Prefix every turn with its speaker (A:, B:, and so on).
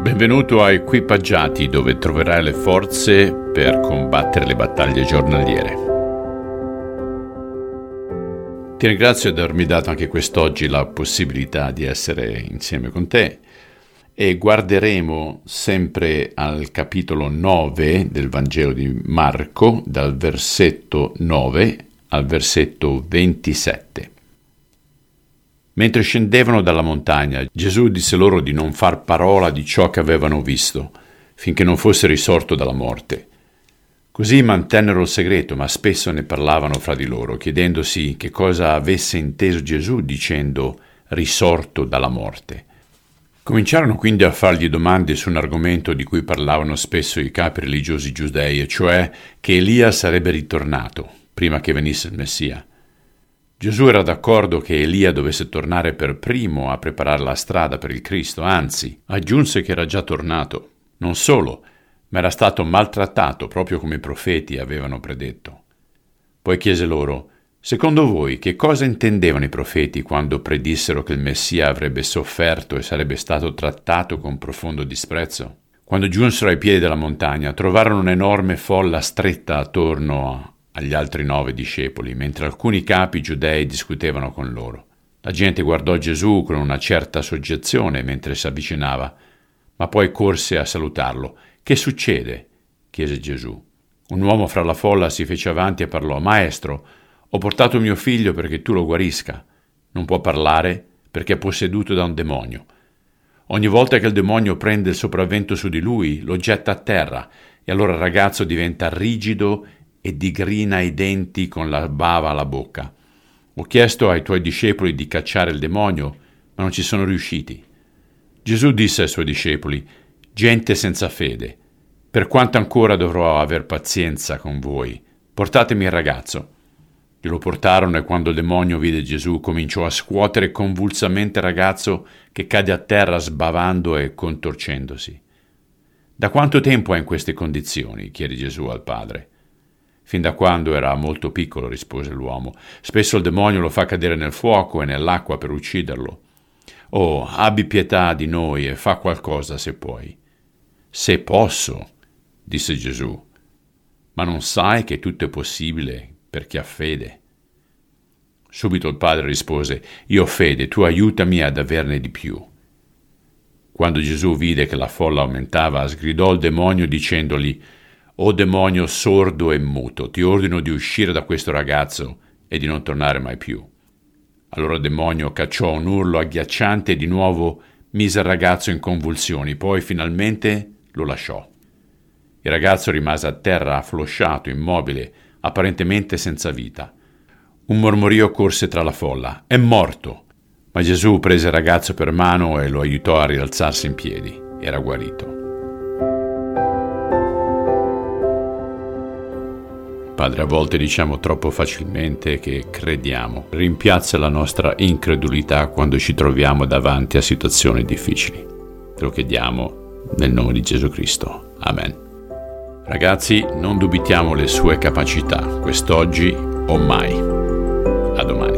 A: Benvenuto a Equipaggiati, dove troverai le forze per combattere le battaglie giornaliere. Ti ringrazio di avermi dato anche quest'oggi la possibilità di essere insieme con te e guarderemo sempre al capitolo 9 del Vangelo di Marco, dal versetto 9 al versetto 27. Mentre scendevano dalla montagna, Gesù disse loro di non far parola di ciò che avevano visto, finché non fosse risorto dalla morte. Così mantennero il segreto, ma spesso ne parlavano fra di loro, chiedendosi che cosa avesse inteso Gesù dicendo risorto dalla morte. Cominciarono quindi a fargli domande su un argomento di cui parlavano spesso i capi religiosi giudei, e cioè che Elia sarebbe ritornato prima che venisse il Messia. Gesù era d'accordo che Elia dovesse tornare per primo a preparare la strada per il Cristo, anzi, aggiunse che era già tornato. Non solo, ma era stato maltrattato proprio come i profeti avevano predetto. Poi chiese loro: secondo voi che cosa intendevano i profeti quando predissero che il Messia avrebbe sofferto e sarebbe stato trattato con profondo disprezzo? Quando giunsero ai piedi della montagna, trovarono un'enorme folla stretta attorno agli altri 9 discepoli, mentre alcuni capi giudei discutevano con loro. La gente guardò Gesù con una certa soggezione mentre si avvicinava, ma poi corse a salutarlo. «Che succede?» chiese Gesù. Un uomo fra la folla si fece avanti e parlò: «Maestro, ho portato mio figlio perché tu lo guarisca. Non può parlare perché è posseduto da un demonio. Ogni volta che il demonio prende il sopravvento su di lui, lo getta a terra, e allora il ragazzo diventa rigido e digrina i denti con la bava alla bocca. Ho chiesto ai tuoi discepoli di cacciare il demonio, ma non ci sono riusciti». Gesù disse ai suoi discepoli: «Gente senza fede, per quanto ancora dovrò aver pazienza con voi? Portatemi il ragazzo». Glielo portarono, e quando il demonio vide Gesù cominciò a scuotere convulsamente il ragazzo, che cade a terra sbavando e contorcendosi. «Da quanto tempo è in queste condizioni?» chiede Gesù al padre. «Fin da quando era molto piccolo», rispose l'uomo. «Spesso il demonio lo fa cadere nel fuoco e nell'acqua per ucciderlo. Oh, abbi pietà di noi e fa qualcosa se puoi». «Se posso», disse Gesù, «ma non sai che tutto è possibile per chi ha fede?» Subito il padre rispose: «Io ho fede, tu aiutami ad averne di più». Quando Gesù vide che la folla aumentava, sgridò il demonio dicendogli: «O demonio sordo e muto, ti ordino di uscire da questo ragazzo e di non tornare mai più». Allora il demonio cacciò un urlo agghiacciante e di nuovo mise il ragazzo in convulsioni, poi finalmente lo lasciò. Il ragazzo rimase a terra afflosciato, immobile, apparentemente senza vita. Un mormorio corse tra la folla: «È morto!» Ma Gesù prese il ragazzo per mano e lo aiutò a rialzarsi in piedi. Era guarito. Padre, a volte diciamo troppo facilmente che crediamo. Rimpiazza la nostra incredulità quando ci troviamo davanti a situazioni difficili. Te lo chiediamo nel nome di Gesù Cristo. Amen. Ragazzi, non dubitiamo le sue capacità, quest'oggi o mai. A domani.